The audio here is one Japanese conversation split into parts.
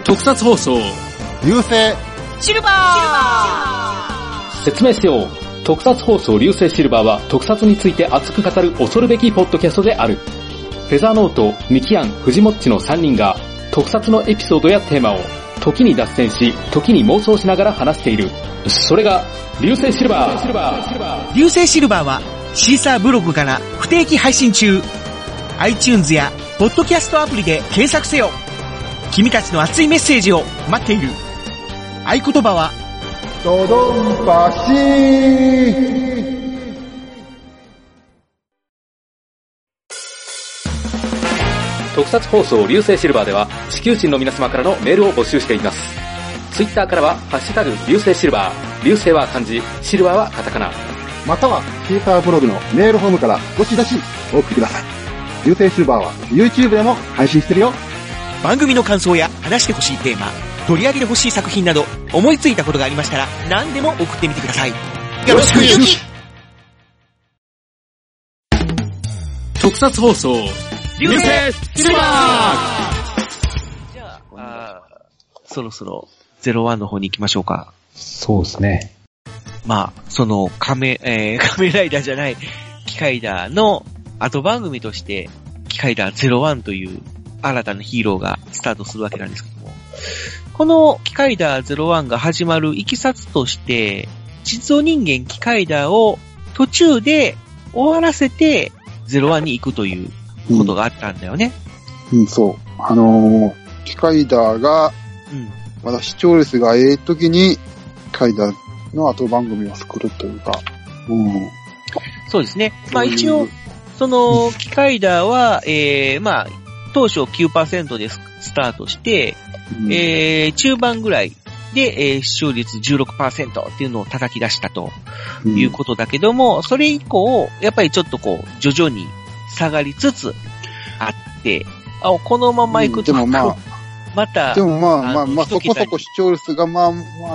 特撮放送流星シルバー。説明しよう。特撮放送流星シルバーは特撮について熱く語る恐るべきポッドキャストである。フェザーノート、ミキアン、フジモッチの3人が特撮のエピソードやテーマを時に脱線し、時に妄想しながら話している。それが流星シルバー。 流星シルバーはシーサーブログから不定期配信中。iTunes やポッドキャストアプリで検索せよ。君たちの熱いメッセージを待っている。合言葉はドドンパシー。 特撮放送流星シルバーでは地球人の皆様からのメールを募集しています。ツイッターからはハッシュタグ流星シルバー、流星は漢字、シルバーはカタカナ、 またはシーサーブログのメールフォームからどしどしお送りください。流星シルバーは YouTube でも配信してるよ。 番組の感想や話してほしいテーマ、取り上げてほしい作品など思いついたことがありましたら何でも送ってみてください。よろしく。 特撮放送流星シルバー。じゃあ、そろそろ01の方に行きましょうか。 そうですね。 まあ、その仮面ライダーじゃないキカイダーの後番組としてキカイダー01という新たなヒーローがスタートするわけなんですけども、このキカイダー01が始まるいきさつとして、実像人間キカイダーを途中で終わらせて01に行くということがあったんだよね。 そう。キカイダーが、まだ視聴率が時に、キカイダーの後番組を作るというか、 そうですね。まあ一応、その、キカイダーは、まあ、当初 9% でスタートして、中盤ぐらいで、視聴率 16% っていうのを叩き出したということだけども、それ以降、やっぱりちょっとこう、徐々に下がりつつあって、このまま行くと、 でもまあ、 また、 でもまあ、そこそこ視聴率がまあ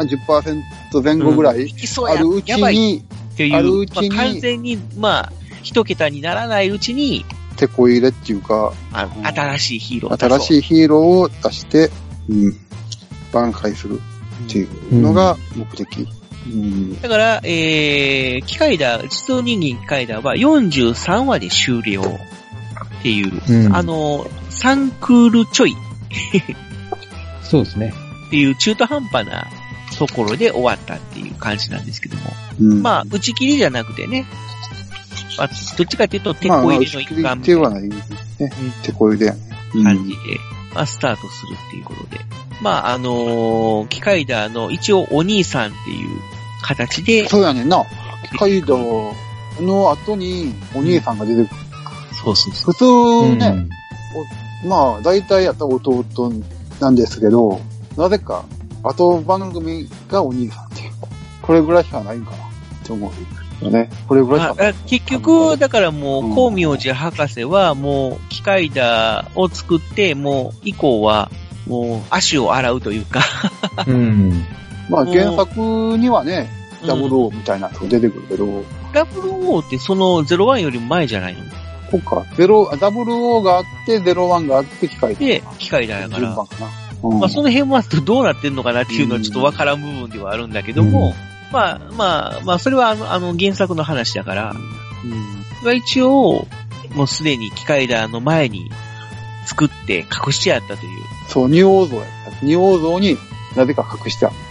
10% 前後ぐらいあるうちに、 完全に、まあ、一桁にならないうちに、 手こ入れっていうか、 新しいヒーローを出して、挽回するっていうのが目的。 だから、キカイダー、実像人間キカイダーは43話で終了っていう、3クールちょい。 そうですね。 っていう中途半端なところで終わったっていう感じなんですけども。まあ、打ち切りじゃなくてね、まあ、どっちかっていうと、手こ入れの一環手はないですね。手こ入れやね。 感じで、まあ、スタートするっていうことで。まあ、キカイダーの一応お兄さんっていう形で。 そうやねんな。キカイダーの後にお兄さんが出てくる。 そうそうそう。 普通ね、まあ、大体やったら弟なんですけど、なぜか、後番組がお兄さんっていう。これぐらいしかないんかなって思う。ね、これぐらいか結局、だからもう、光明寺博士はもう、キカイダーを作って、もう、以降は、もう、足を洗うというか。 まあ、原作にはね、00みたいなのが出てくるけど。 00ってその01よりも前じゃないの？ そうか。00があって、01があって、キカイダー。 で、キカイダーやから。 順番かな。 まあ、その辺はどうなってんのかなっていうのはちょっとわからん部分ではあるんだけども、まあ、それは原作の話だから、一応、もうすでにキカイダーの前に作って隠してあったという。 そう、仁王像やった。仁王像になぜか隠してある。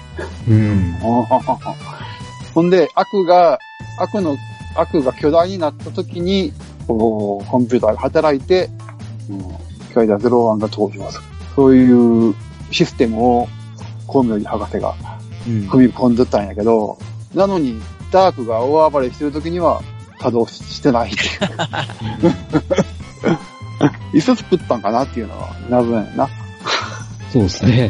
ほんで、悪が巨大になった時に、こう、コンピューターが働いて、キカイダー01が登場する。そういうシステムを、光明寺博士が、組み込んでたんやけど、なのに、ダークが大暴れしてる時には、稼働してないっていう。いつ作ったんかなっていうのは、謎やな。 そうですね。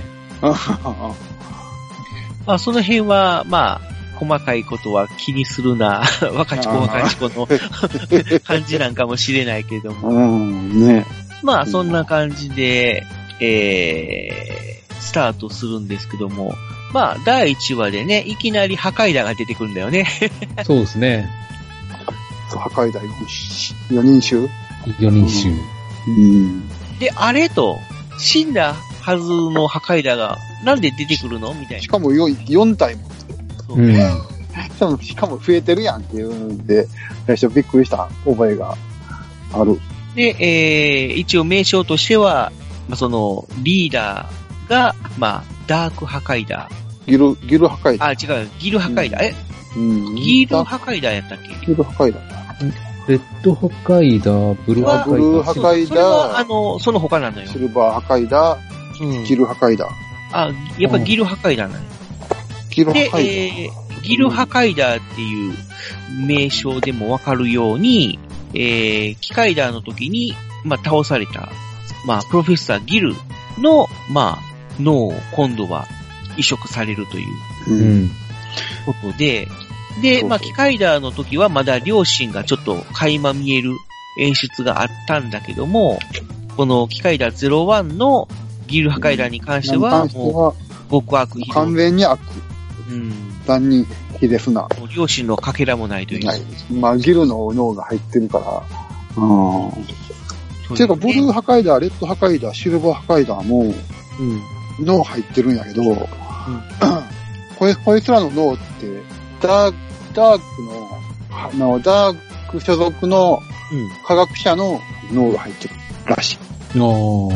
まあ、その辺は、まあ、細かいことは気にするな、若ちこの感じなんかもしれないけども。 ね。 まあ、そんな感じで、スタートするんですけども、まあ、第1話でね、いきなり破壊弾が出てくるんだよね。 そうですね。 そう、破壊弾4人衆 ?4 人衆。 で、あれと、死んだはずの破壊だが、なんで出てくるのみたいな。 しかも4体も。 そうしかも増えてるやんっていうんで、最初びっくりした覚えがある。 で、一応名称としては、その、リーダーが、ダーク破壊だ。 ギル破壊だ。 違う、ギル破壊だ。ギル破壊だやったっけ？ ギル破壊だ。 レッド破壊だ、ブルー破壊だ。 破壊それは、その他なのよ。 シルバー破壊だ。ギル破壊だ。 やっぱギル破壊だな。 ギル破壊だ。 で、ギル破壊だっていう名称でもわかるように、機械ダーの時に、倒された、プロフェッサーギルの、脳を今度は移植されるということで、機械ダーの時はまだ両親がちょっと垣間見える演出があったんだけども、この機械ダー01のギル破壊ダーに関しては、もう、極悪非道。 完全に悪。残忍非ですな。 両親のかけらもないという。 ギルの脳が入ってるから。っていうか、ブルー破壊ダー、レッド破壊ダー、シルバー破壊ダーも、脳入ってるんやけど、こいつらの脳って、ダーク所属の科学者の脳が入ってるらしい。 でも、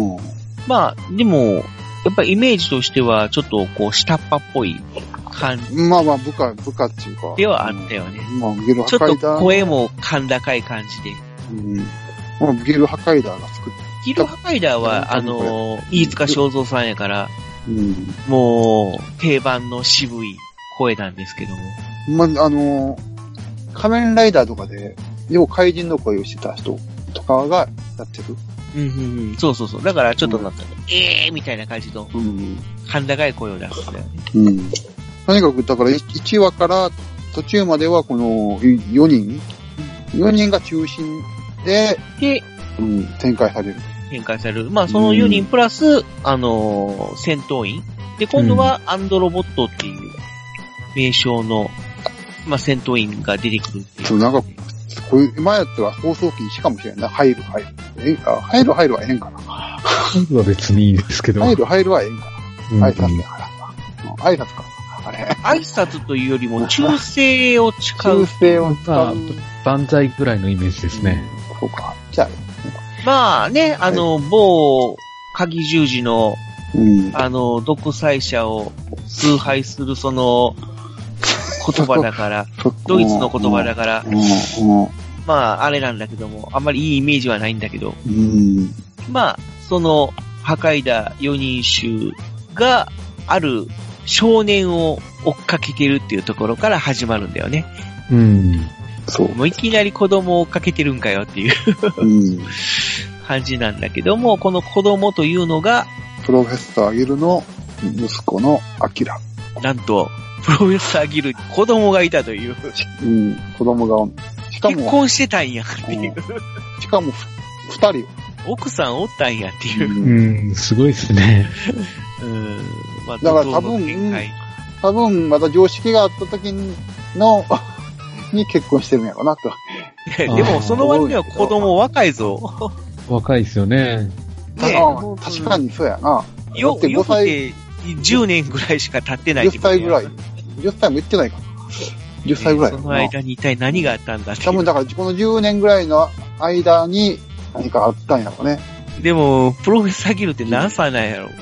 やっぱりイメージとしては、ちょっと下っ端っぽい感じ。 部下っていうか。 ではあったよね。ちょっと声も甲高い感じで。 ギル破壊ダーが作った。 ギル破壊ダーは、飯塚正蔵さんやから、もう、定番の渋い声なんですけども。 仮面ライダーとかで、よう怪人の声をしてた人とかがやってる。 そう。だからちょっとみたいな感じの、甲高い声を出すんだよね。 とにかく、だから1話から途中まではこの4人が中心で、展開される。その4人プラス、戦闘員。で、今度はアンドロボットっていう名称の、戦闘員が出てくるっていう。 そう、なんか、今やったら放送禁止かもしれんない。入るはええんかな。 入るは別にいいですけど。 入るはええんかな。挨拶か。あれ。 挨拶というよりも、忠誠を誓う。 万歳ぐらいのイメージですね。 そうか。じゃあ。 某鍵十字の、独裁者を崇拝するその、言葉だから、ドイツの言葉だから、あれなんだけども、あんまりいいイメージはないんだけど、その、破壊だ4人衆がある少年を追っかけてるっていうところから始まるんだよね。 そう。 もういきなり子供を追っかけてるんかよっていう感じなんだけども、この子供というのが、 プロフェッサーギルの息子のアキラ。 なんと、プロフェッサーギル、子供がいたという。 子供が、しかも。 結婚してたんやっていう。 しかも、2人。 奥さんおったんやっていう。 すごいですね。 だから多分、まだ常識があった時の、に結婚してるんやろな、と。 でも、その割には子供若いぞ。 若いですよね。 確かにそうやな。 よくて10年ぐらいしか経ってないってことや。10歳ぐらい。10歳も言ってないかな。10歳ぐらい。 その間に一体何があったんだって。 多分だからこの10年ぐらいの間に何かあったんやろね。 でも、プロフェッサーギルって何歳なんやろ。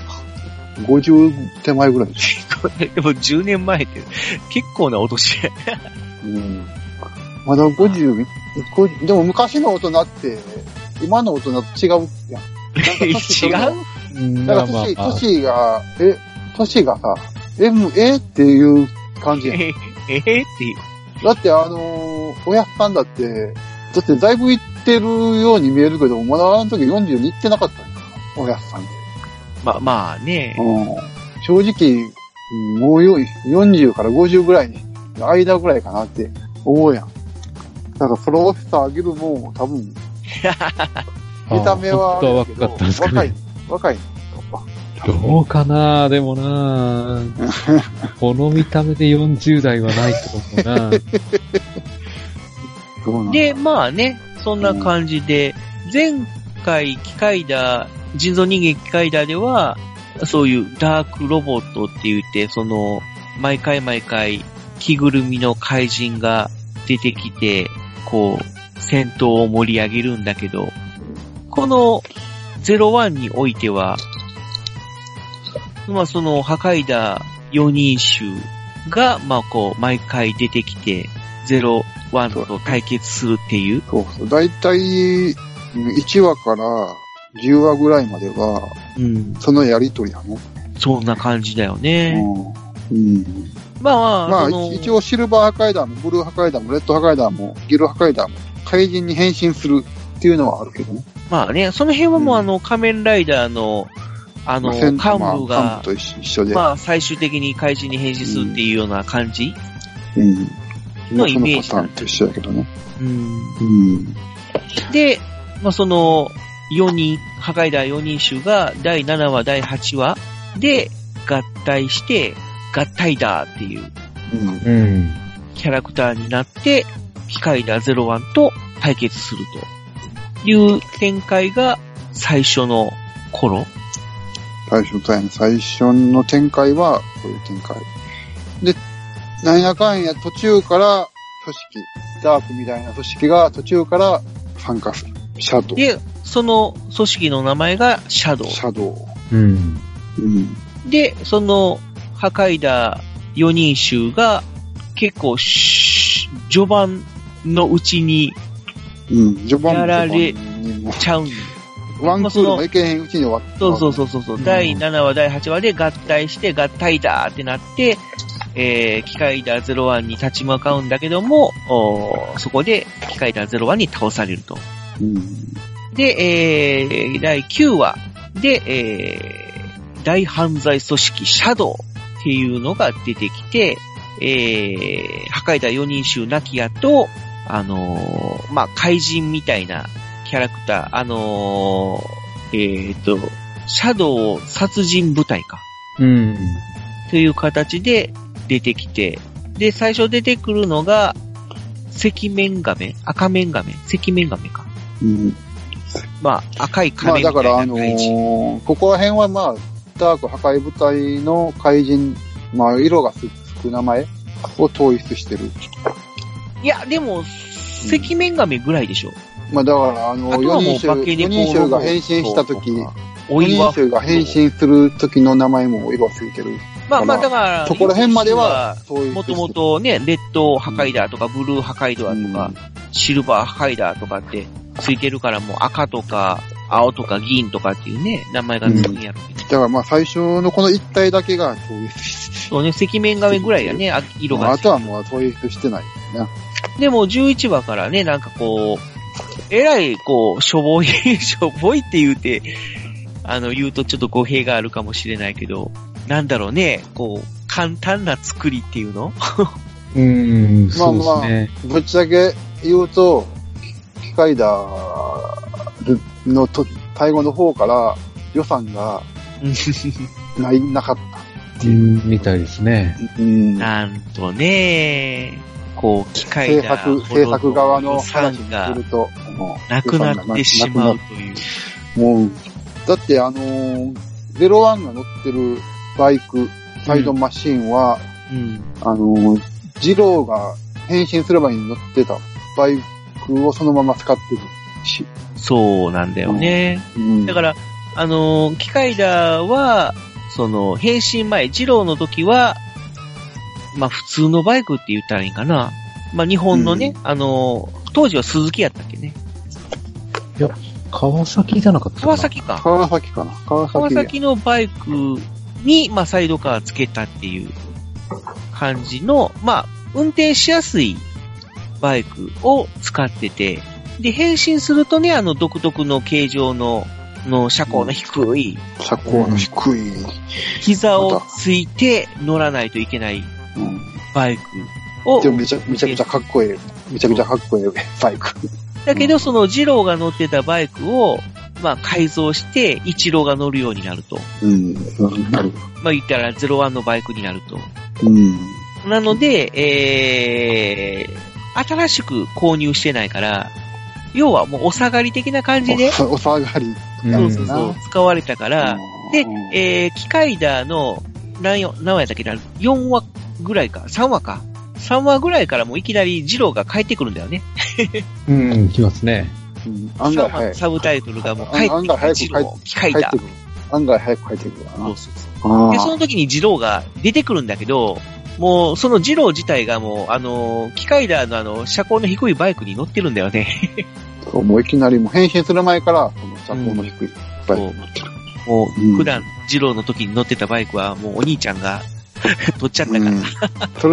50手前ぐらい。 でも10年前って結構なお年や。 まだ50、でも昔の大人って、今の大人と違うやん。 違う？ だから年がさ、っていう感じやん。 っていう。 だっておやっさんだって、だいぶ行ってるように見えるけど、まだあの時40に行ってなかったんや。おやっさんで。 まあね。 正直、もう40から50ぐらいの間ぐらいかなって思うやん。だからプロフェッサーギルも多分、見た目は若かったんですかね。 若い。 どうかなでもなこの見た目で40代はないと思うなで、そんな感じで、前回機械だ人造人間機械だでは、そういうダークロボットって言って、毎回着ぐるみの怪人が出てきて、戦闘を盛り上げるんだけど、この01においては、破壊だ4人衆が、毎回出てきて、01と対決するっていう。 そう。だいたい1話から10話ぐらいまでは、そのやりとりなの。 そんな感じだよね。 一応シルバー破壊弾も、ブルー破壊弾も、レッド破壊弾も、ギル破壊弾も、怪人に変身するっていうのはあるけどね。 まあね、その辺はもう仮面ライダーの、幹部が、 と一緒で。 最終的に怪人に変身するっていうような感じのイメージ。 そのパターンと一緒だけどね。 で、4人、破壊だ4人衆が第7話、第8話で合体して、合体だっていう、キャラクターになって、機械だ01と対決するという展開が最初の頃。 最初の展開は、そういう展開。で、なんやかんや途中から組織、ダークみたいな組織が途中から参加する。シャドウ。 で、その組織の名前がシャドウ。で、その破壊だ4人衆が結構序盤のうちにやられちゃうん。 ワンクールもいけへんうちに終わった。 そう。第7話、第8話で合体して合体だってなって、機械だ01に立ち向かうんだけども、そこで機械だ01に倒されると。で、第9話で、大犯罪組織シャドウっていうのが出てきて、破壊だ4人衆なき後、怪人みたいなキャラクター、シャドウ殺人部隊か。という形で出てきて、で、最初出てくるのが、赤面亀か。赤い亀みたいな怪人。 ここら辺はダーク破壊部隊の怪人、色がつく名前を統一してる。 いや、でも、赤面亀ぐらいでしょ。 だから4人衆が変身した時、4人衆が変身する時の名前も色ついてる。 だから、 そこら辺までは、 もともとね、レッド破壊だとか、ブルー破壊だとか、シルバー破壊だとかってついてるからもう赤とか、青とか銀とかっていうね、名前がつくんやろうけど。 だから最初のこの一体だけが統一して。 そうね、赤面亀ぐらいやね、色が。 あとはもう統一してないよね。 でも11話からね、えらい、しょぼいって言うて、言うとちょっと語弊があるかもしれないけど、なんだろうね、簡単な作りっていうのそうですね。 ぶっちゃけ言うと、機械だの最後の方から予算がなかったみたいですね。 なんとね、機械だ制作側の話にすると、 なくなってしまうという。 もう、だって、01が乗ってるバイク、サイドマシンは、ジローが変身する前に乗ってたバイクをそのまま使ってるし。 そうなんだよね。だから、機械だは、変身前、ジローの時は、普通のバイクって言ったらいいかな。日本のね、当時は鈴木やったっけね。 いや、川崎じゃなかったかな。 川崎か。 川崎かな。 川崎のバイクに、サイドカーつけたっていう感じの、運転しやすいバイクを使ってて、で、変身するとね、独特の形状の車高の低い。 車高の低い。 膝をついて乗らないといけないバイクを。 でもめちゃくちゃかっこいい。めちゃくちゃかっこいいバイク。 だけど、そのジローが乗ってたバイクを、改造して、イチローが乗るようになると。 なる。 言ったら01のバイクになると。なので、新しく購入してないから、要はもうお下がり的な感じで。 お下がり。 そうそうそう、使われたから、で、キカイダーの、何話やったっけな、4話ぐらいか、3話か。3話ぐらいからもういきなりジローが帰ってくるんだよね。 来ますね。 案外早い。 サブタイトルがもう帰ってくる。ジロー、キカイダー。 案外早く帰ってくるな。 そうそうそう。で、その時にジローが出てくるんだけど、もう、そのジロー自体がもう、キカイダーの車高の低いバイクに乗ってるんだよね。 そう、もういきなりもう変身する前から、その車高の低いバイクに乗ってる。 もう、普段、ジローの時に乗ってたバイクは、もうお兄ちゃんが取っちゃったから。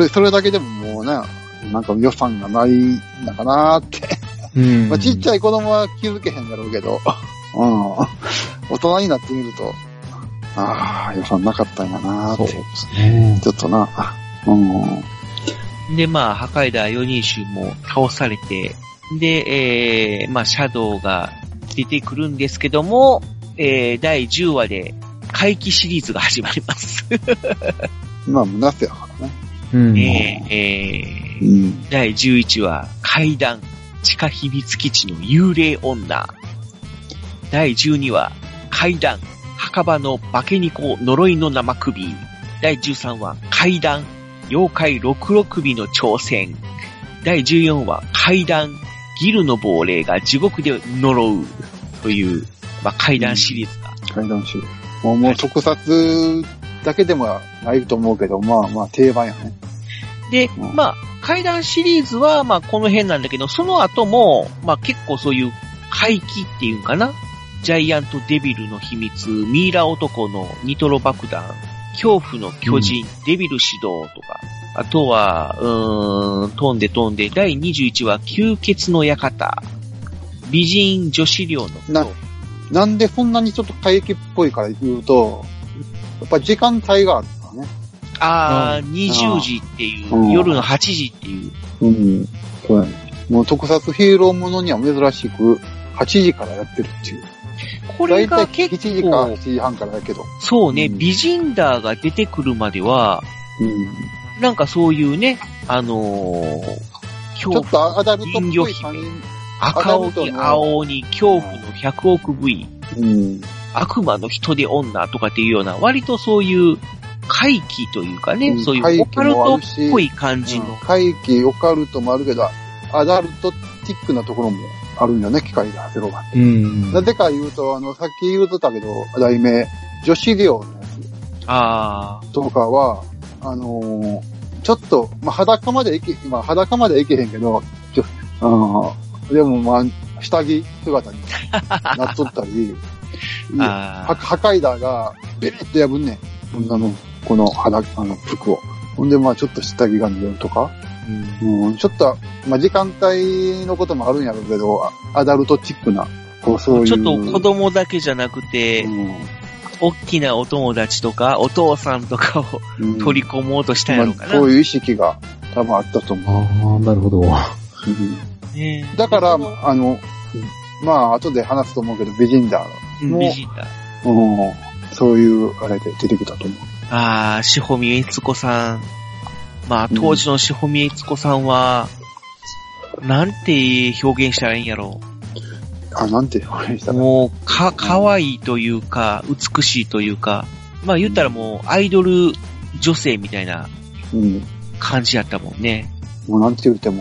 それだけでももうね、なんか予算がないんだかなーって。まあ、ちっちゃい子供は気づけへんだろうけど、大人になってみると、予算なかったんやなーって。そうですね。ちょっとな。 で、まあ、破壊だ4人衆も倒されて、で、まあ、シャドウが出てくるんですけども、第10話で怪奇シリーズが始まります。 まあ、胸せやからね。 第11話、怪談、地下秘密基地の幽霊女。第12話、怪談、墓場の化け猫呪いの生首。第13話、怪談、妖怪66首の挑戦。第14話、怪談、ギルの亡霊が地獄で呪う。という、まあ、怪談シリーズが。 怪談シリーズ。もう特撮だけでもないと思うけど、まあ定番やね。 で、まあ、怪談シリーズは、まあ、この辺なんだけど、その後も、まあ、結構そういう怪奇っていうかな。ジャイアントデビルの秘密、ミイラ男のニトロ爆弾、恐怖の巨人、デビル指導とか、あとは、飛んで、第21話、吸血の館、美人女子寮のなんでそんなにちょっと怪奇っぽいから言うと、やっぱ時間帯があるからね。 20時っていう、夜の8時っていう。 そうやね。もう特撮ヒーローものには珍しく、8時からやってるっていう。 これが結構。 7時か7時半からだけど。 そうね、美人ダーが出てくるまでは、なんかそういうね、 ちょっとアダルトっぽい感じ。 赤鬼、青鬼、恐怖の100億部位、悪魔の人で女とかっていうような、割とそういう怪奇というかね、そういうオカルトっぽい感じの。 怪奇、オカルトもあるけど、アダルトティックなところもあるんだね、機械でゼロが。なぜか言うと、さっき言うとったけど、題名、女子寮のやつ。とかは、ちょっと、まあ、裸までいけへんけど、でもまあ、下着姿になっとったり、破壊だが、ベリッと破んねん。女の、この服を。ほんでまあ、ちょっと下着が見えるとか。ちょっと、まあ、時間帯のこともあるんやろうけど、アダルトチックな、そういう。 ちょっと子供だけじゃなくて、大きなお友達とか、お父さんとかを取り込もうとしたんやろうかな。 そういう意識が多分あったと思う。 なるほど。 だから、まあ、後で話すと思うけど、美人ダーも。 美人ダー。 そういう、あれで出てきたと思う。 志保美悦子さん。まあ、当時の志保美悦子さんは、なんて表現したらいいんやろう。 なんて表現したらもう、かわいいというか、美しいというか、まあ言ったらもう、アイドル女性みたいな感じやったもんね。 もうなんて言っても、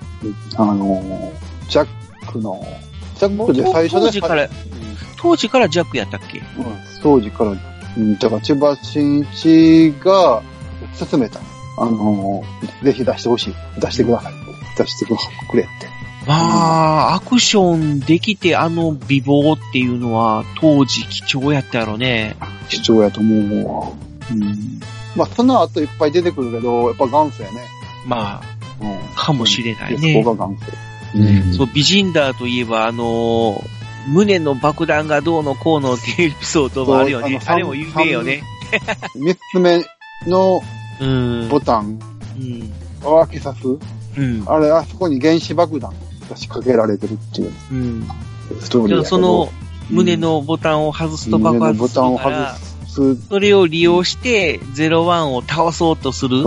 ジャックで最初で当時からジャックやったっけ？ 当時から、だから千葉真一が勧めた。ぜひ出してほしい。出してください。出してくれって。 まあ、アクションできて美貌っていうのは当時貴重やったやろね。 貴重やと思うわ。まあ、その後いっぱい出てくるけど、やっぱ元祖やね。 まあ、かもしれないね。 そこが元祖。そう、美人だといえば胸の爆弾がどうのこうのっていうエピソードもあるよね。あれも有名よね。 三つ目のボタンを開けさす。あそこに原子爆弾が仕掛けられてるっていう。ストーリーやけど。 その胸のボタンを外すと爆発するから、それを利用して01を倒そうとする。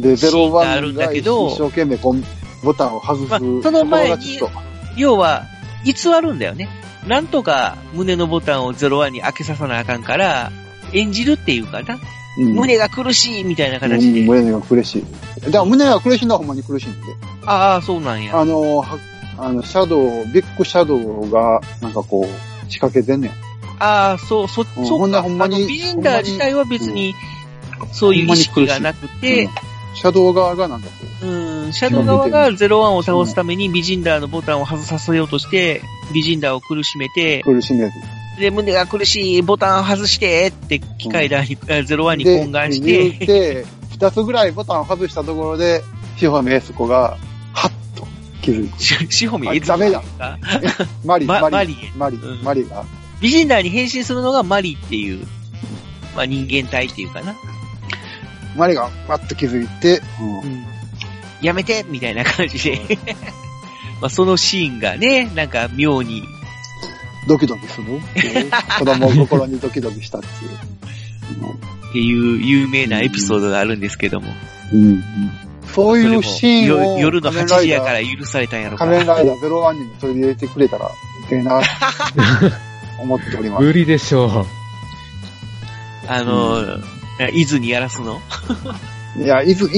で、01が一生懸命ボタンを外す。 その前に、要は、 偽るんだよね。なんとか胸のボタンを01に開けささなあかんから、演じるっていうかな。胸が苦しいみたいな形で。 胸が苦しい。だから胸が苦しいのはほんまに苦しいんで。 ああ、そうなんや。 シャドウ、ビッグシャドウが、なんかこう、仕掛けてんねん。 ああ、そうか。 ほんまに。 ビジンダー自体は別に、そういう意識がなくて、 シャドウ側がなんかこう。シャドウ側が01を倒すためにビジンダーのボタンを外させようとして、ビジンダーを苦しめて、で、胸が苦しい、ボタン外してって機械だに、01に懇願して。 で、2つぐらいボタンを外したところで、シホメエスコが、はっと気づいて。 シホメエスコダメだ。マリが。 ビジンダーに変身するのがマリっていう、まあ人間体っていうかな。 マリがわっと気づいて、 やめてみたいな感じで。まあそのシーンがね、なんか妙に、 ドキドキする子供心にドキドキしたっていう。 っていう有名なエピソードがあるんですけども。 そういうシーンを夜の8時やから許されたんやろか。 仮面ライダー01にもそれで入れてくれたらいけな思っております。 無理でしょう。伊豆にやらすのいや、伊豆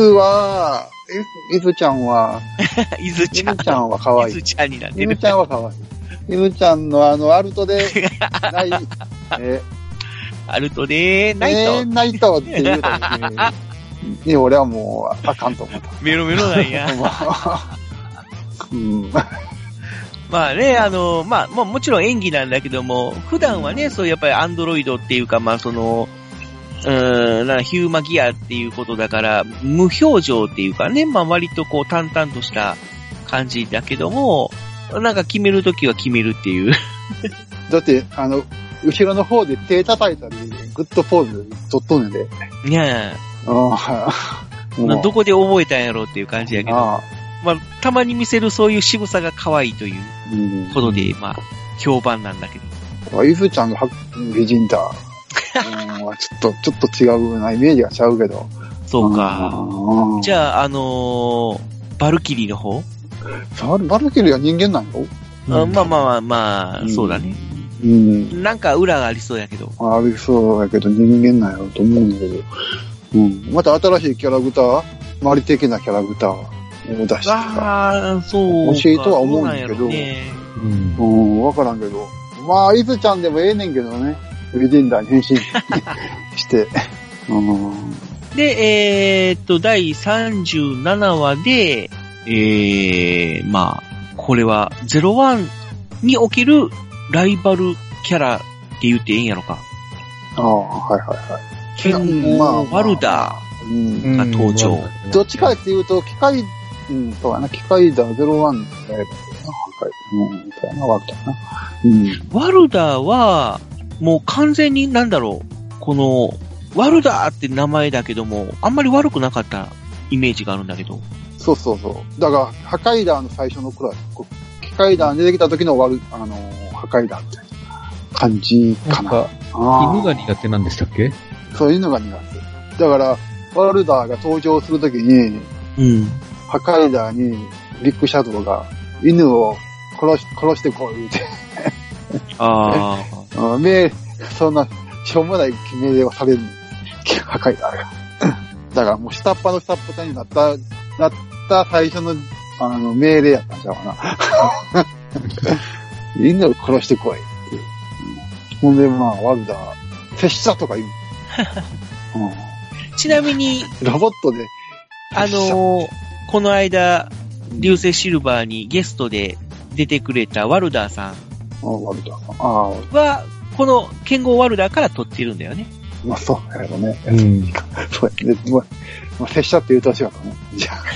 ちゃんは、伊豆ちゃんは可愛い。 伊豆ちゃんになってる。 伊豆ちゃんは可愛い。伊豆ちゃんのアルトで、ない、 アルトで、ナイトナイトって言うた時に、俺はもう、あかんと思った。 メロメロなんや。まあね、まあ、もちろん演技なんだけども、普段はね、そうやっぱりアンドロイドっていうか、まあヒューマギアっていうことだから、無表情っていうかね、まあ割とこう淡々とした感じだけども、なんか決めるときは決めるっていう。 だって、後ろの方で手叩いたり、グッドポーズ取っとんねんで。 ねえ。どこで覚えたんやろうっていう感じやけど。まあ、たまに見せるそういう仕草が可愛いということで、まあ、評判なんだけど。伊豆ちゃんが美人だ。ちょっと違うな、イメージがちゃうけど。 そうか。じゃあ、バルキリーの方バルキリーは人間なの？ まあ、そうだね。なんか裏がありそうやけど。 ありそうやけど、人間なんやろうと思うんだけど。また新しいキャラクター、マリ的なキャラクターを出してさ。 そう。 欲しいとは思うんだけど。わからんけど。まあ、伊豆ちゃんでもええねんけどね。ビジンダーに変身して。 で、第37話で、まあ、これは01におけるライバルキャラって言っていいんやろか。 はい。 剣豪ワルダーが登場。 どっちかっていうと、そうやな、機械だ、01やればいいな。ワルダーな。 ワルダーは、もう完全になんだろう、この、ワルダーって名前だけども、あんまり悪くなかったイメージがあるんだけど。 そう。だから、破壊ダーの最初のくらい、機械ダーに出てきた時の破壊ダーって感じかな。 犬が苦手なんでしたっけ？ そう、犬が苦手。だから、ワルダーが登場するときに、破壊ダーにビッグシャドウが犬を殺してこいって。そんな、しょうもない命令をされる破壊ダーが。だからもう下っ端の下っ端になった最初の、命令やったんちゃうかな。犬を殺してこいっていう。ほんで、まあ、ワルダー、拙者とか言う。 ちなみに、 ロボットで、 この間、流星シルバーにゲストで出てくれたワルダーさん。は、この剣豪ワルダーから取ってるんだよね。 まあ、そうやろね。そうやね。まあ、拙者って言うとしようかね。じゃ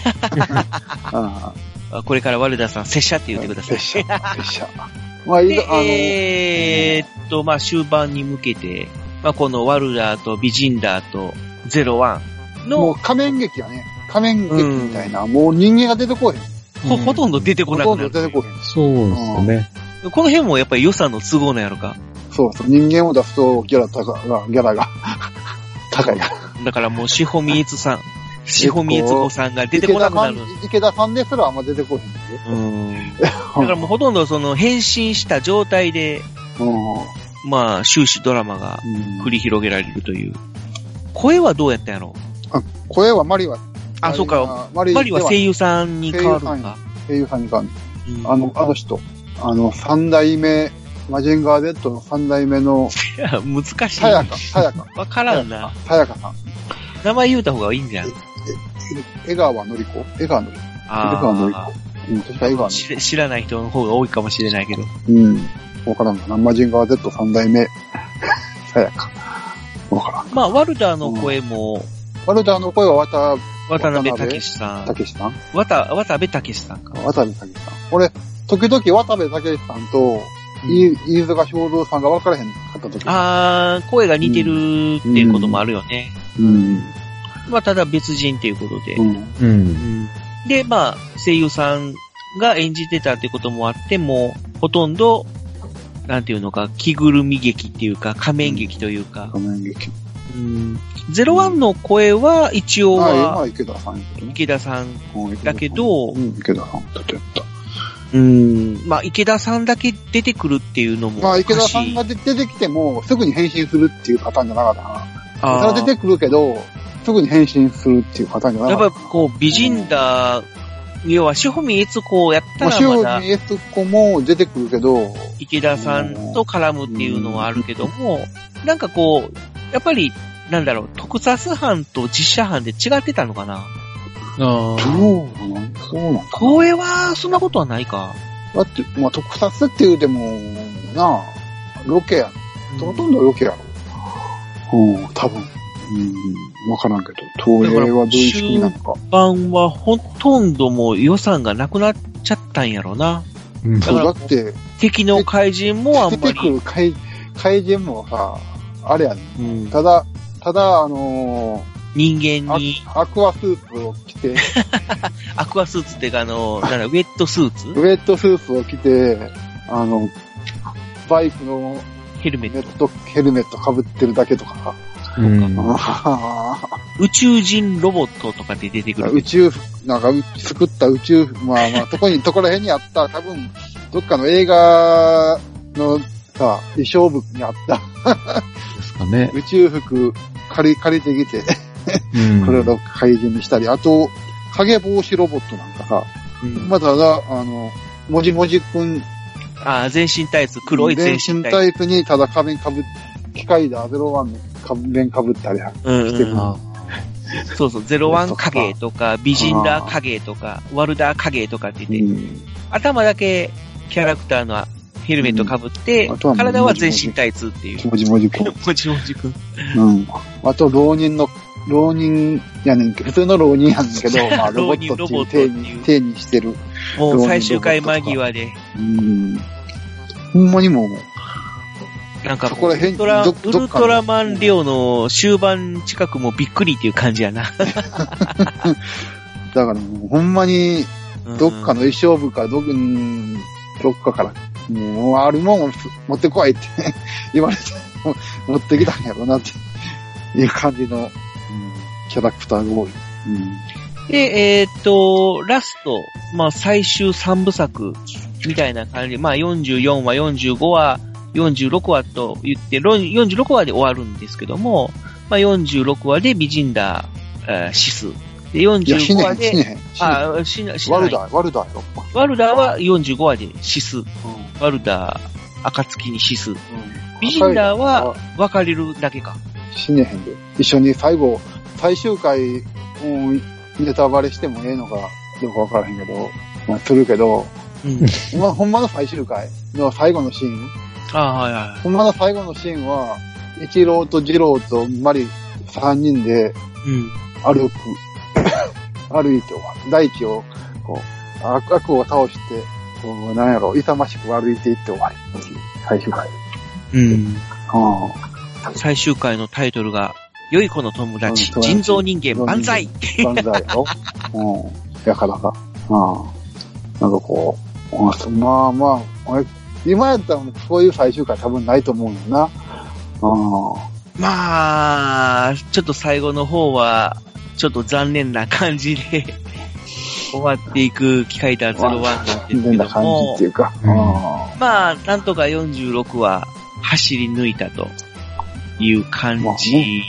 あ。これからワルダーさん、拙者って言ってください。 拙者。まあ、 まあ、終盤に向けて、まあ、このワルダーとビジンダーと01の。 もう仮面劇やね。仮面劇みたいな。もう人間が出てこへん。 ほとんど出てこなくなる。 ほとんど出てこへん。 そうですよね。 この辺もやっぱり予算の都合なんやろか。 そう。人間を出すとギャラが高い。 だからもう、志保美悦さん。 志保美悦子さんが出てこなくなる。 池田さんですらあんま出てこへんで。 だからもうほとんどその変身した状態で、まあ終始ドラマが繰り広げられるという。声はどうやったんやろう？ 声はマリは。 あ、そうか。マリは声優さんに変わるんか。 声優さんに変わる。あの人。三代目、マジンガー Z の三代目の。 いや、難しい。 さやか。 わからんな。 さやかさん。 名前言うた方がいいんじゃん。 江川のり子。江川のり子。 知らない人の方が多いかもしれないけど。 わからんかな。マジンガー Z 三代目。さやか。わからん。 まあ、ワルダーの声も。 ワルダーの声は渡辺武さん。渡部武さんか。 渡部武さん。俺、時々渡部武さんと、飯塚正蔵さんが分からへんかった時。 声が似てるっていうこともあるよね。まあ、ただ別人っていうことで。で、まあ、声優さんが演じてたってこともあっても、ほとんど、なんていうのか、着ぐるみ劇っていうか、仮面劇というか。 仮面劇。 01の声は一応は、 池田さんだけど、 池田さんだってやった。 まあ、池田さんだけ出てくるっていうのも。 まあ、池田さんが出てきても、すぐに変身するっていうパターンじゃなかったな。それは出てくるけど、すぐに変身するっていうパターンじゃなかった。 やっぱこう、美人だ、要は、志保美悦子やったらまだ。 志保美悦子も出てくるけど、 池田さんと絡むっていうのはあるけども、なんかこう、やっぱり、なんだろう、特撮班と実写班で違ってたのかな？ そうなんか。 声は、そんなことはないか。 だって、まあ、特撮って言うても、ロケや。ほとんどロケやろ。多分。わからんけど、東映はどういう仕組みなのか。 版はほとんどもう予算がなくなっちゃったんやろな。 だって、 敵の怪人もあんまり。 出てくる怪人もさ、あれやね。ただ、 人間に。 アクアスーツを着て。 アクアスーツっていうかウェットスーツ？ ウェットスーツを着て、バイクのヘルメット被ってるだけとか。 宇宙人ロボットとかで出てくる。 作った宇宙、まあ、そこら辺にあった、多分、どっかの映画のさ、衣装服にあった。 ですかね。 宇宙服借りてきて、これを怪人にしたり、あと、影帽子ロボットなんかさ、まあ、ただ、もじもじくん。 全身タイツ、黒い全身タイツにただ仮面被って、機械だ、01の仮面被ったりしてる。 そう、01影とか、美人だ影とか、ワルダー影とかって言って、頭だけキャラクターのヘルメット被って、体は全身タイツっていう。 もじもじくん。 もじもじくん。 あと、浪人やねんけど、普通の浪人やねんけど、まあ、ロボットっていう体にしてる。 もう最終回間際で。 ほんまにもう、 なんか、ウルトラマンリオの終盤近くもびっくりっていう感じやな。 だからもう、ほんまに、どっかの衣装部か、どっかから、もう、あるもんを持ってこいって言われて、持ってきたんやろうなっていう感じの、キャラクターが多い。 で、ラスト、まあ最終3部作みたいな感じで、まあ44話、45話、46話と言って、46話で終わるんですけども、まあ46話で美人だ、シス。で、45話で、 ワルダーよ。 ワルダーは45話でシス。ワルダー、暁にシス。美人だは別れるだけか。 死ねへんで。一緒に最終回、ネタバレしてもええのか、どうかわからへんけど、まあ、するけど、ほんまの最終回の最後のシーン。ほんまの最後のシーンは、一郎と二郎とマリ3人で、歩いて終わる。大地を、こう、悪を倒して、こう、なんやろ、勇ましく歩いていって終わり。最終回。 最終回のタイトルが、良い子の友達、人造人間万歳万歳やろやからか。なんかこう、まあ、今やったらそういう最終回多分ないと思うんだな。 まあ、ちょっと最後の方は、 ちょっと残念な感じで終わっていく機械だ01なんですけど残念な感じもっていうか。 まあ、なんとか46は走り抜いたという感じ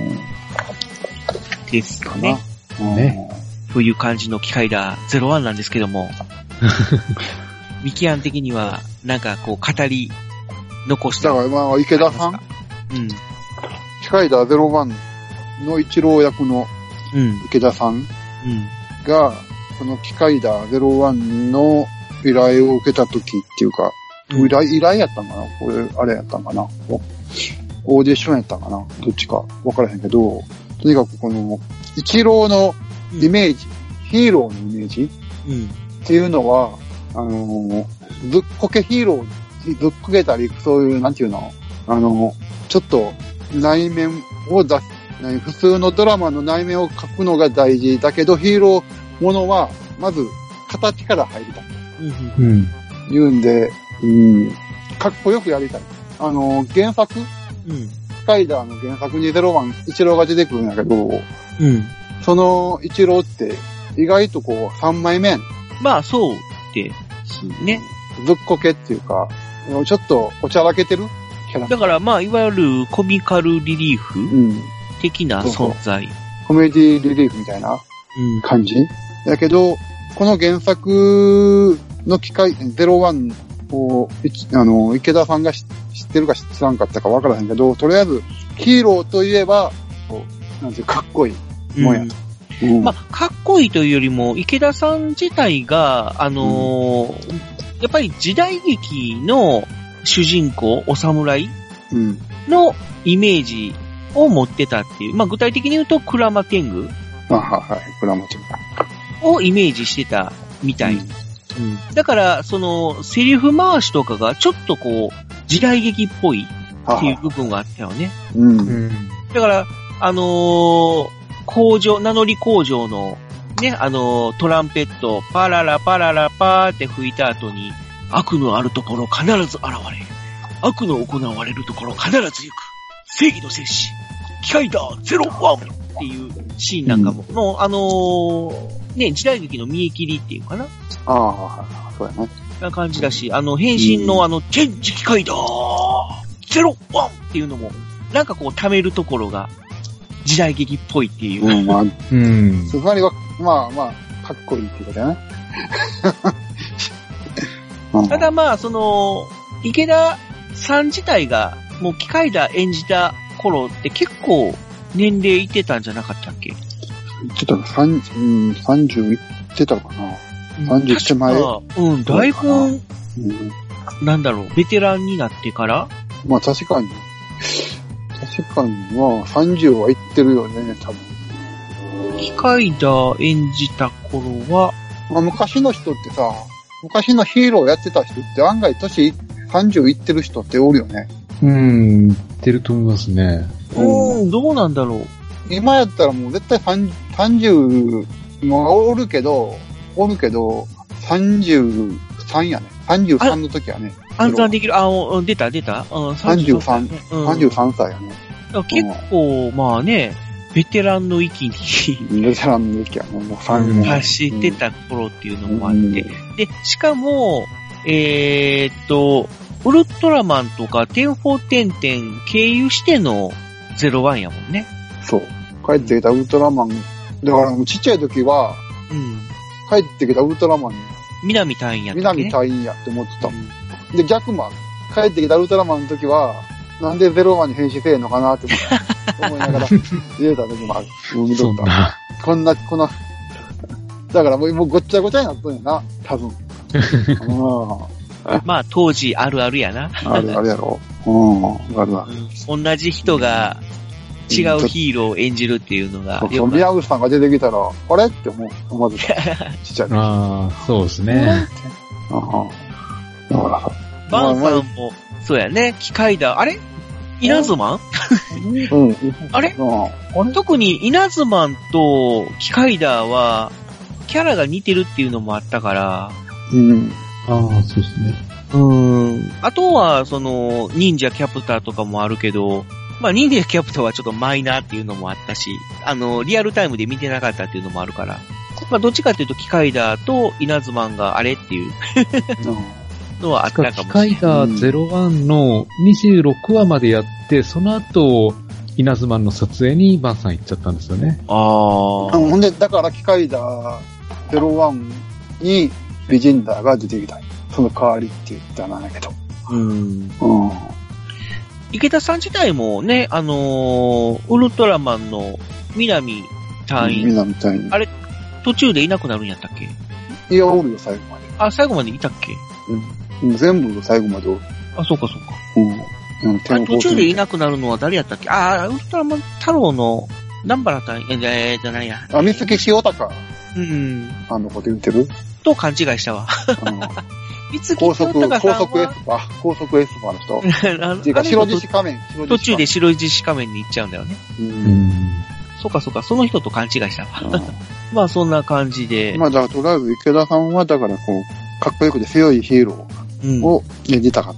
ですかね。 ね。 という感じの機械だ01なんですけども、ミキアン的にはなんかこう語り残した。 だからまあ、池田さん、 うん。 機械だ01の一郎役のうん。 池田さんうん。 が、この機械だ01の依頼を受けた時っていうか、依頼やったんかなこれ、あれやったんかなオーディションやったんかなどっちか分からへんけど、とにかくこの、一郎のイメージ、ヒーローのイメージうん。 っていうのは、ずっこけヒーロー、ずっこけたり、そういう、なんていうのちょっと内面を出す、普通のドラマの内面を描くのが大事だけど、ヒーローものは、まず、形から入りたい。 うん。 言うんで、かっこよくやりたい。原作うん。 スカイダーの原作に01、一郎が出てくるんだけど、 うん。 その一郎って意外とこう3枚目、 まあ、そうですね。 ずっこけっていうか、ちょっとおちゃらけてるキャラ。 だからまあ、いわゆるコミカルリリーフ的な存在。 コメディリリーフみたいなうん。 感じだけど、この原作の機械、01を、池田さんが知ってるか知らんかったかわからへんけど、とりあえず、ヒーローといえば、こうなんていうかっこいいもんやと。 まあ、かっこいいというよりも、池田さん自体が、やっぱり時代劇の主人公、お侍のイメージを持ってたっていう。まあ、具体的に言うと、鞍馬天狗はい、クラマちをイメージしてたみたい。だから、その、セリフ回しとかがちょっとこう、時代劇っぽいっていう部分があったよね。だから、名乗り工場の、ね、トランペット、パララパララパーって吹いた後に、悪のあるところ必ず現れ、悪の行われるところ必ず行く、正義の戦士、機械だ、01っていうシーンなんかも、ね、時代劇の見え切りっていうかな。 そうやね。 な感じだし、変身のチェンジ機械だ、01っていうのも、なんかこう溜めるところが、時代劇っぽいっていう。 つまりは、まあ、かっこいいっていうことだね。 ただまあ、池田さん自体が、もう機械だ演じた頃って結構年齢いってたんじゃなかったっけ？ ちょっと30いってたかな。30手前。 だいぶ、なんだろう、ベテランになってから？ まあ確かには30はいってるよね、多分。 機械だ演じた頃は、 まあ昔の人ってさ、昔のヒーローやってた人って案外年30いってる人っておるよね。 言ってると思いますね。 どうなんだろう。 今やったらもう絶対30、もおるけど、33やね。33の時はね。 暗算できる、出た。 33歳やね。 結構、まあね、ベテランの域にベテランの域やね。もう3年。 走ってた頃っていうのもあって。で、しかも、ウルトラマンとか10-4経由しての01やもんね。 そう。帰ってきたウルトラマン。だからちっちゃい時は、帰ってきたウルトラマンに。 南隊員やったっけ？ 南隊員やって思ってた。で、逆も帰ってきたウルトラマンの時は、なんで01に変身せえんのかなって思いながら、入れた時もある。 そうな。 この、だからもうごっちゃごちゃになったんやな、多分。 まあ、当時あるあるやな。 あるやろ。ある。 同じ人が違うヒーローを演じるっていうのが。 宮口さんが出てきたら、あれって思ってた。ちっちゃい。 そうですね。 だからさ。 バンさんも、そうやね、機械だ。あれ稲妻あれ特に稲妻と機械だは、キャラが似てるっていうのもあったから。 そうですね。 あとは、忍者キャプターとかもあるけど、 まあ、忍者キャプトはちょっとマイナーっていうのもあったし、リアルタイムで見てなかったっていうのもあるから、まあ、どっちかっていうと、キカイダーとイナズマンがあれっていうのはあったかもしれない。 キカイダー01の26話までやって、その後、イナズマンの撮影にバンさん行っちゃったんですよね。 ほんで、だからキカイダー01にビジンダーが出てきた。その代わりって言ったらなんだけど。 池田さん自体もね、ウルトラマンの南隊員。 南隊員。 あれ、途中でいなくなるんやったっけ？ いや、おるよ、最後まで。 あ、最後までいたっけ？ 全部最後までおる。 あ、そうかそうか。途中でいなくなるのは誰やったっけ？ウルトラマン太郎の南原隊員、じゃないや。 三月清隆。こと言ってる？ と勘違いしたわ。 高速エスパーの人。っていうか、白獅子仮面。 途中で白獅子仮面に行っちゃうんだよね。そうかそうか、その人と勘違いしたわ。まあそんな感じで。 まあだからとりあえず池田さんはだからこう、かっこよくて強いヒーローを演じたかった。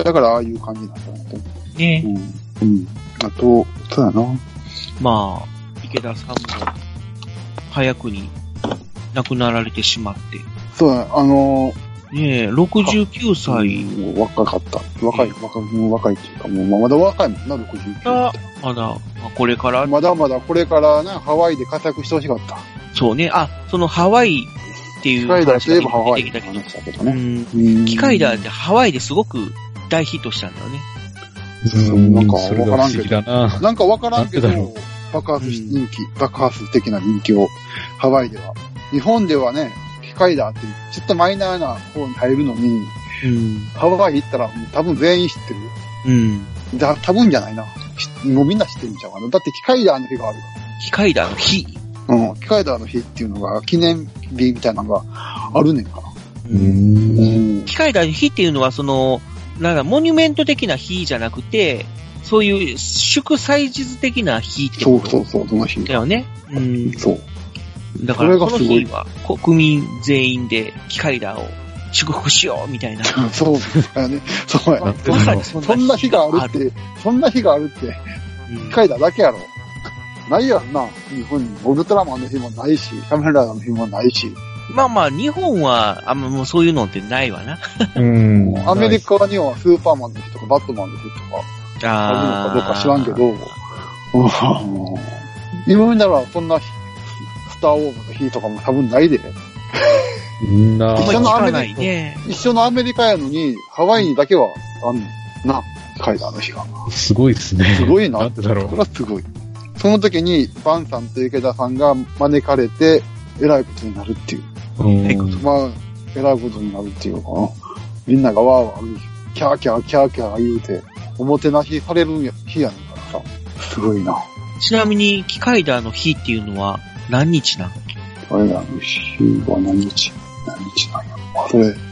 だからああいう感じになったんだけど。 ね。 あと、そうやな。 まあ、池田さんも早くに亡くなられてしまって。 そうや、 ねえ、69歳。 若かった。若いっていうか、もうまだ若いもんな、69。 まだ、これから。 まだまだこれからな、ハワイで活躍してほしかった。 そうね。そのハワイっていう話が出てきたけどね。キカイダーってハワイですごく大ヒットしたんだよね。 なんかわからんけど。なんかわからんけど、爆発的な人気を、ハワイでは。日本ではね、キカイダーってちょっとマイナーな方に入るのに、ハワイ行ったらもう多分全員知ってる。多分じゃないな。もうみんな知ってるんちゃうかな。だってキカイダーの日がある。 キカイダーの日？ キカイダーの日っていうのが、記念日みたいなのがあるねんかな。 キカイダーの日っていうのは、なんか、モニュメント的な日じゃなくて、そういう祝祭日的な日ってこと？ そう、その日。 だよね。 そう。 だから、その日は国民全員でキカイダーを祝福しようみたいな。 そうだよね。そうや。そんな日があるって、キカイダーだけやろ。ないやんな。日本にウルトラマンの日もないし、仮面ライダーの日もないし。 まあまあ、日本は、もうそういうのってないわな。 アメリカにはスーパーマンの日とか、バットマンの日とか、あるのかどうか知らんけど、今ならそんなスターウォーズの日とかも多分ないで。一緒のアメリカやのに、ハワイにだけはあんのな、キカイダーの日が。 すごいですね。 すごいなって。それはすごい。その時に、バンさんと池田さんが招かれて、偉いことになるっていう。まあ、偉いことになるっていうかな。みんながわーわー、キャーキャー言うて、おもてなしされる日やねんからさ。すごいな。 ちなみに、キカイダーの日っていうのは何日なの？ キカイダーの日は何日なんやろ。それ。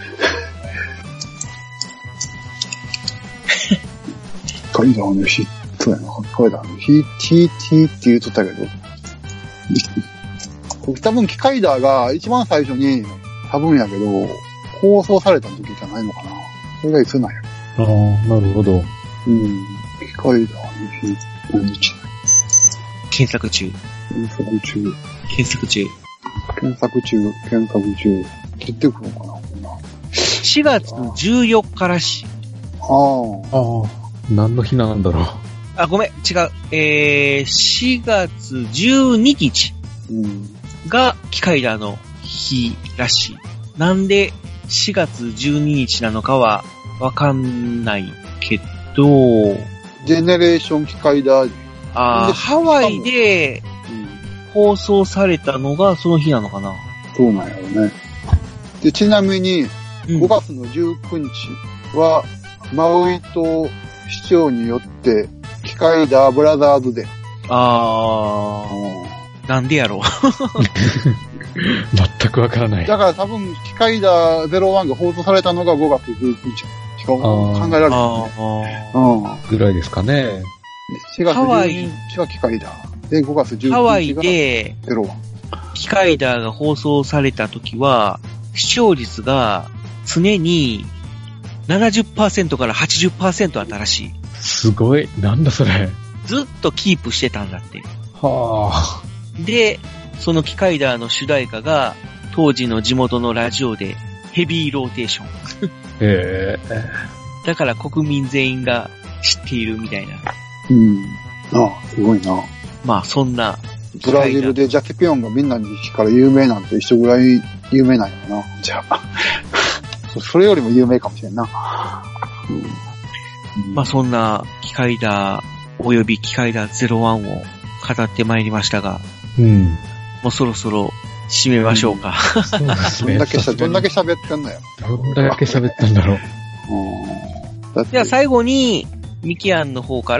キカイダーの日、そうやな。キカイダーの日、って言うとったけど。多分キカイダーが一番最初に、多分やけど、放送された時じゃないのかな。それがいつなんや。 なるほど。 キカイダーの日、何日？ 検索中。 出てくるのかな 4月14日らしい。 何の日なんだろう。 ごめん、違う。4月12日がキカイダーの日らしい。なんで4月12日なのかはわかんないけど、 ジェネレーションキカイダー。 ハワイで放送されたのがその日なのかな。 そうなんやろね。で、ちなみに、5月の19日は、マウイ島市長によって、キカイダーブラザーズデー。 なんでやろう。 全くわからない。 だから多分、キカイダー01が放送されたのが5月19日しか考えられない。 ぐらいですかね。 4月12日はキカイダー。で、5月19日がハワイで、キカイダーが放送された時は、視聴率が常に 70% から 80% あったらしい。 すごい。なんだそれ。 ずっとキープしてたんだって。 はあ。 で、そのキカイダーの主題歌が、当時の地元のラジオでヘビーローテーション。 へえ。 だから国民全員が知っているみたいな。 うん。ああ、すごいな。 まあそんな。 ブラジルでジャケピョンがみんなにから有名なんて一緒ぐらい有名なんやな。じゃあ。それよりも有名かもしれんな。 まあそんなキカイダーおよびキカイダー01を語ってまいりましたが、 うん。 もうそろそろ締めましょうか。 そうですね。 どんだけ喋ってんのよ。 どんだけ喋ったんだろう。 じゃあ最後に、ミキアンの方から、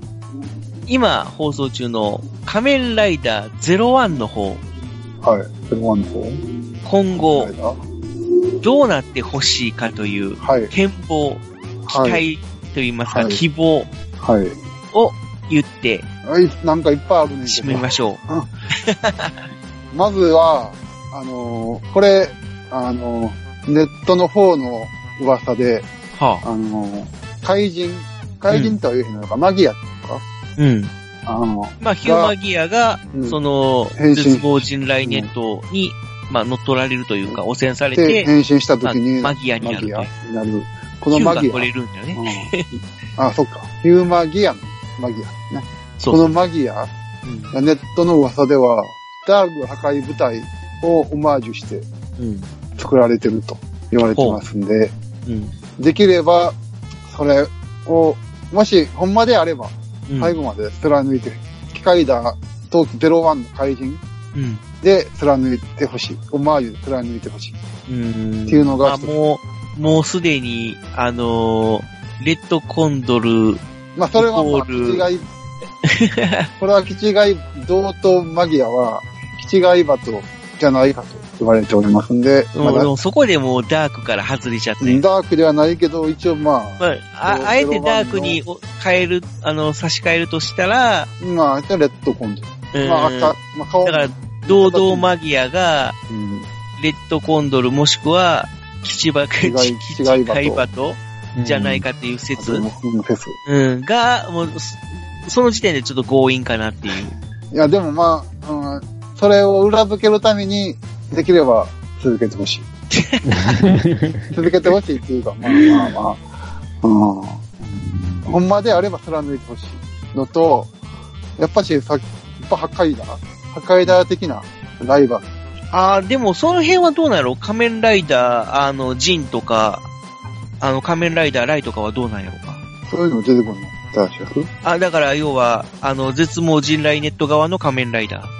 今放送中の仮面ライダー01の方。 はい。01の方。 今後、どうなってほしいかという、展望、期待といいますか、希望を言って、 はい、なんかいっぱいあるねんけど。 締めましょう。 まずは、これ、ネットの方の噂で、怪人というのか、マギアとか、 うん。まあ、ヒューマギアが、その、絶望人雷ネットに、まあ、乗っ取られるというか、汚染されて、 変身した時に、 マギアになると。 このマギア。 ヒューが取れるんだよね。 あ、そっか。ヒューマギアのマギアね。このマギア、ネットの噂では、ダーク破壊部隊をオマージュして作られてると言われてますんで、できれば、それを、もし、ほんまであれば、最後まで貫いて、キカイダーと01の怪人で貫いてほしい。オマージュで貫いてほしい。っていうのが、 もうすでに、レッドコンドル、 まあ、それはまあ、気違い、これは気違い、同等マギアは、気違いバトじゃないかと言われておりますんで、 そこでもうダークから外れちゃって。 ダークではないけど、一応まあ。 あえてダークに変える、差し替えるとしたら、 まあ、レッドコンドル。まあ、だから、堂々マギアが、レッドコンドルもしくは、気違いバトじゃないかっていう説が、もう、その時点でちょっと強引かなっていう。 いや、でもまあ、それを裏付けるために、できれば続けてほしい。続けてほしいっていうか、まあ、ほんまであれば貫いてほしいのと、やっぱし破壊ダー的なライバル。 でもその辺はどうなんやろ？仮面ライダー、ジンとか、仮面ライダーライとかはどうなんやろうか？ そういうの出てくるの？ だから要は、絶望人雷ネット側の仮面ライダー。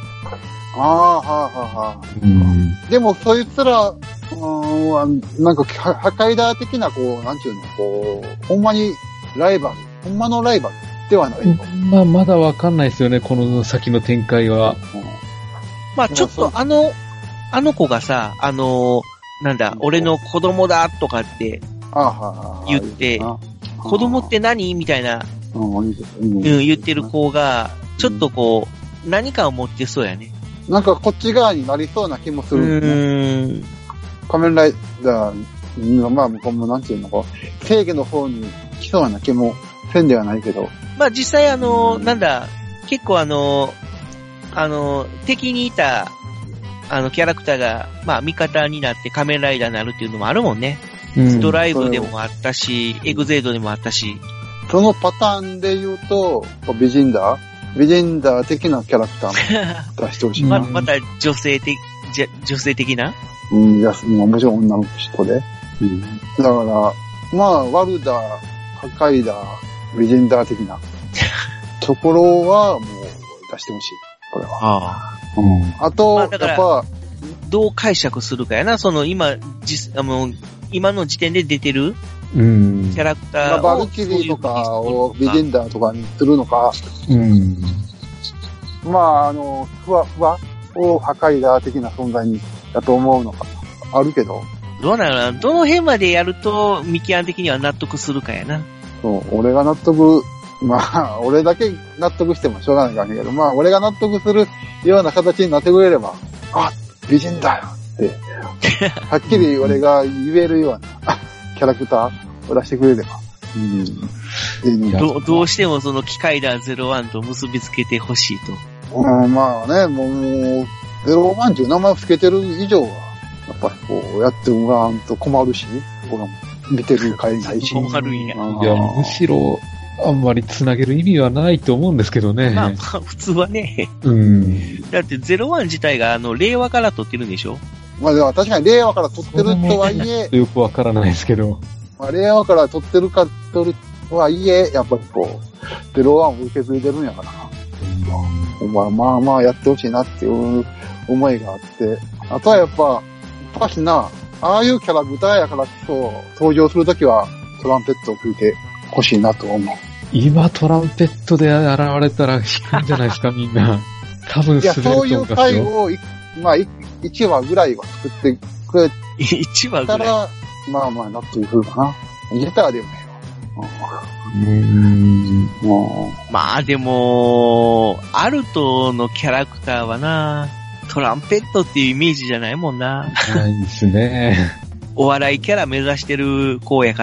でも、そいつら、なんか、破壊ダー的な、こう、なんちゅうの、こう、ほんまにライバル、ほんまのライバルではないの。 まあ、まだわかんないですよね、この先の展開は。 まあ、ちょっとあの子がさ、なんだ、俺の子供だとかって言って、子供って何みたいな、言ってる子が、ちょっとこう、何かを持ってそうやね。 なんかこっち側になりそうな気もする、ね。仮面ライダーが、まあ、このなんていうのか、正義の方に来そうな気もせんではないけど。 まあ実際なんだ、結構敵にいた、キャラクターが、まあ味方になって仮面ライダーになるっていうのもあるもんね。ストライブでもあったし、エグゼイドでもあったし。 そのパターンで言うと、ビジンダー的なキャラクターも出してほしいな。 また女性的な？ いや、もちろん女の人で。だから、まあ、ワルダー、破壊ダー、ビジンダー的なところはもう出してほしい。これは。あと、やっぱ、 どう解釈するかやな、その今の時点で出てるキャラクターを、 バルキリーとかをビジンダーとかにするのか、まあ、ふわふわを破壊ダー的な存在にだと思うのか、あるけど。 どうなのな、どの辺までやると、ミキアン的には納得するかやな。 そう、俺が納得、まあ、俺だけ納得してもしょうがないからけど、まあ、俺が納得するような形になってくれれば、美人だよって、はっきり俺が言えるようなキャラクターを出してくれれば。 どうしてもその機械だ01と結びつけてほしいと。 まあね、もう、01っていう名前を付けてる以上は、やっぱりこう、やってもらわんと困るし、ほら、見てる会ないし。 困るんや。 いや、むしろ、あんまり繋げる意味はないと思うんですけどね。 まあ、普通はね。だって01自体が令和から撮ってるんでしょ？ まあでも確かに令和から撮ってるとはいえ、 よくわからないですけど。 まあ令和から撮ってるとはいえ、やっぱりこう、01を受け継いでるんやから。まあやってほしいなっていう思いがあって、あとはやっぱしな、ああいうキャラクターやからこそ、登場するときはトランペットを吹いてほしいなと思う。 今トランペットで現れたら弾くんじゃないですか、みんな。多分滑ると思いますよ。いや、そういう回を、まあ、1話ぐらいは作ってくれ 1話ぐらいたら、まあなっていう風かな。ギターでもまあでも、アルトのキャラクターはな、トランペットっていうイメージじゃないもんな。 ないですね。 お笑いキャラ目指してる子やから。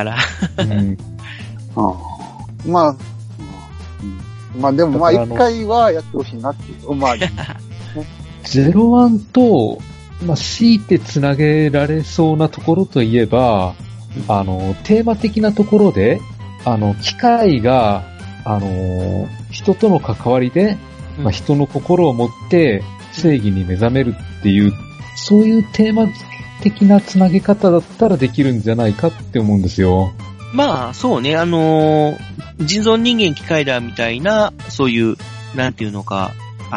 まあでも一回はやってほしいなっていう。まあ、 01と、強いてつなげられそうなところといえば、テーマ的なところで、機械が、人との関わりで、人の心を持って正義に目覚めるっていう、そういうテーマ的なつなげ方だったらできるんじゃないかって思うんですよ。 まあ、そうね、人造人間機械だみたいな、そういう、なんていうのか、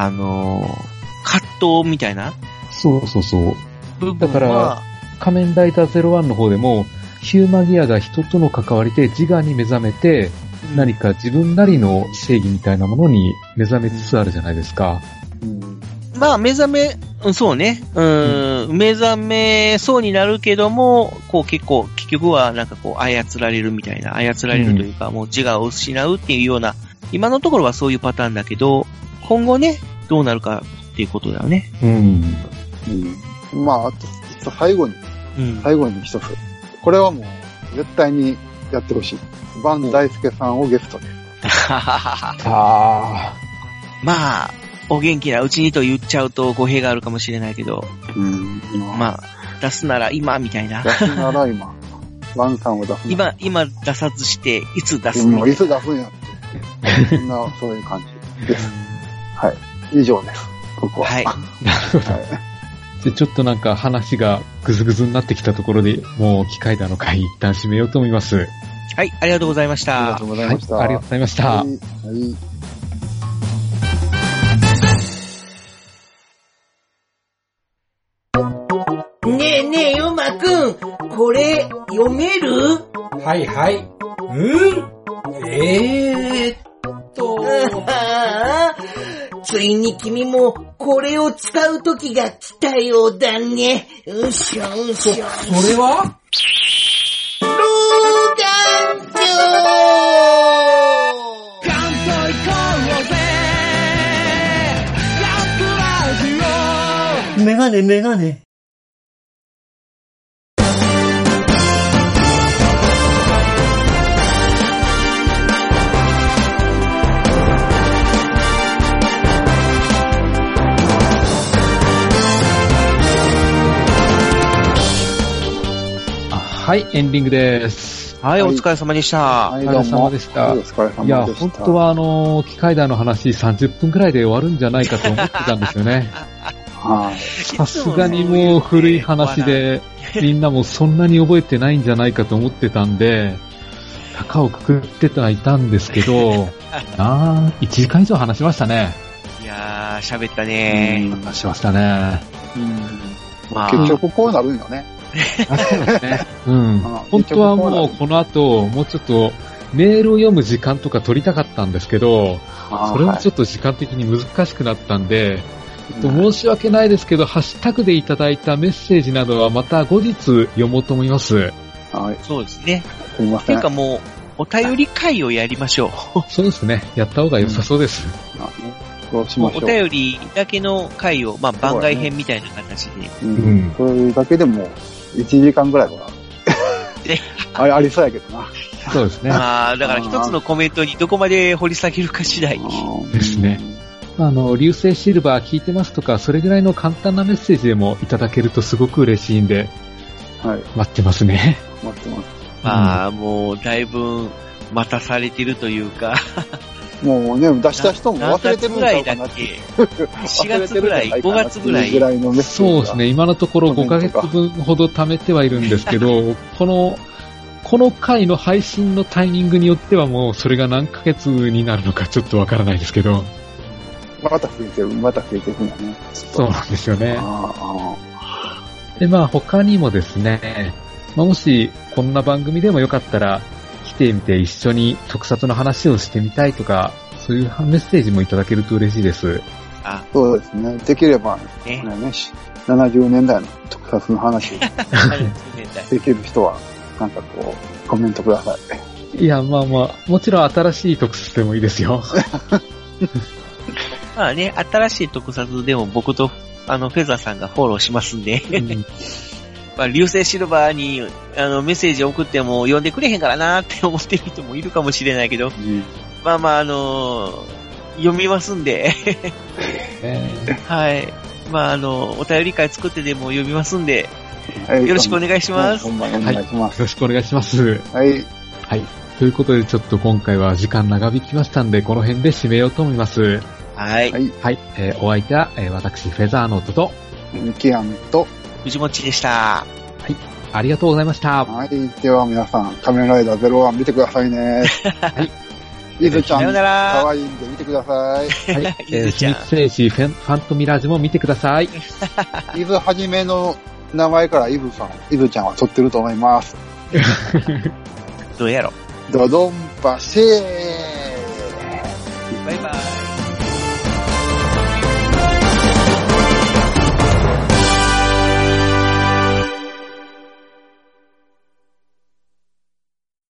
葛藤みたいな。 そう。だから、仮面ライダー01の方でも、ヒューマギアが人との関わりで自我に目覚めて、何か自分なりの正義みたいなものに目覚めつつあるじゃないですか。 まあ、そうね。目覚めそうになるけども、こう結局はなんかこう操られるみたいな、操られるというか、もう自我を失うっていうような、今のところはそういうパターンだけど、今後ね、どうなるかっていうことだよね。 まあ、あと、最後に一つ。これはもう、絶対にやってほしい。バン大輔さんをゲストで。 まあ、お元気なうちにと言っちゃうと語弊があるかもしれないけど、まあ、出すなら今みたいな。 出すなら今。バンさんを出すなら今出さずして、いつ出すの？ いつ出すんやって。そんな、そういう感じです。はい。以上です。僕は。 はい。 なるほど。で、ちょっとなんか話がぐずぐずになってきたところで、もう機械だの回一旦締めようと思います。 はい、ありがとうございました。 ありがとうございました。 ありがとうございました。 ねえ、ヨマくん、これ、読める？ はいはい。 ついに君も、これを使う時が来たようだね。 それは？ 老眼鏡！メガネ。 はい、エンディングです。 はい、お疲れ様でした。 お疲れ様でした。いや、本当は機械だの話30分くらいで終わるんじゃないかと思ってたんですよね。さすがにもう古い話で、みんなもそんなに覚えてないんじゃないかと思ってたんで、高をくくってはいたんですけど、1時間以上話しましたね。 いやー、喋ったね。 話しましたね。 結局こうなるんよね。 そうですね。本当はもうこの後、もうちょっとメールを読む時間とか取りたかったんですけど、それもちょっと時間的に難しくなったんで、申し訳ないですけど、ハッシュタグでいただいたメッセージなどはまた後日読もうと思います。 はい。 そうですね。 すみません。 というかもう、お便り会をやりましょう。 そうですね。やった方が良さそうです。 そうしましょう。 お便りだけの会を、まあ、番外編みたいな形で。 それだけでも、1時間ぐらいは。 ありそうやけどな。 そうですね。 まあ、だから一つのコメントにどこまで掘り下げるか次第。 ですね。流星シルバー聞いてますとか、それぐらいの簡単なメッセージでもいただけるとすごく嬉しいんで、 はい。 待ってますね。 待ってます。 まあ、もう、だいぶ、待たされてるというか。 もうね、出した人も忘れてるんちゃうかなって。 4月ぐらい、5月ぐらい。 そうですね、今のところ5ヶ月分ほど貯めてはいるんですけど、この回の配信のタイミングによってはもうそれが何ヶ月になるのかちょっとわからないですけど。 また増えてるんだね。 そうなんですよね。で、まあ他にもですね、もしこんな番組でもよかったら来てみて一緒に特撮の話をしてみたいとか、そういうメッセージもいただけると嬉しいです。 そうですね。できれば、ね、70年代の特撮の話できる人は、なんかこう、コメントください。 いや、まあまあ、もちろん新しい特撮でもいいですよ。 まあね、新しい特撮でも僕と、フェザーさんがフォローしますんで。まあ、流星シルバーに、メッセージを送っても読んでくれへんからなーって思ってる人もいるかもしれないけど、まあまあ、読みますんで。はい。まあ、お便り会作ってでも読みますんで、よろしくお願いします。 お願いします。 よろしくお願いします。 はい。 はい。ということで、ちょっと今回は時間長引きましたんで、この辺で締めようと思います。 はい。 はい。お相手は、私、フェザーノートと、 ミキアンと、 藤もちでした。 はい。ありがとうございました。 はい。では皆さん、仮面ライダー01見てくださいね。はい。イズちゃん、かわいいんで見てください。 はい。秘密戦士ファントミラージュも見てください。 イズはじめの名前からイズちゃんは取ってると思います。 どうやろドドンパシェー。 バイバイ。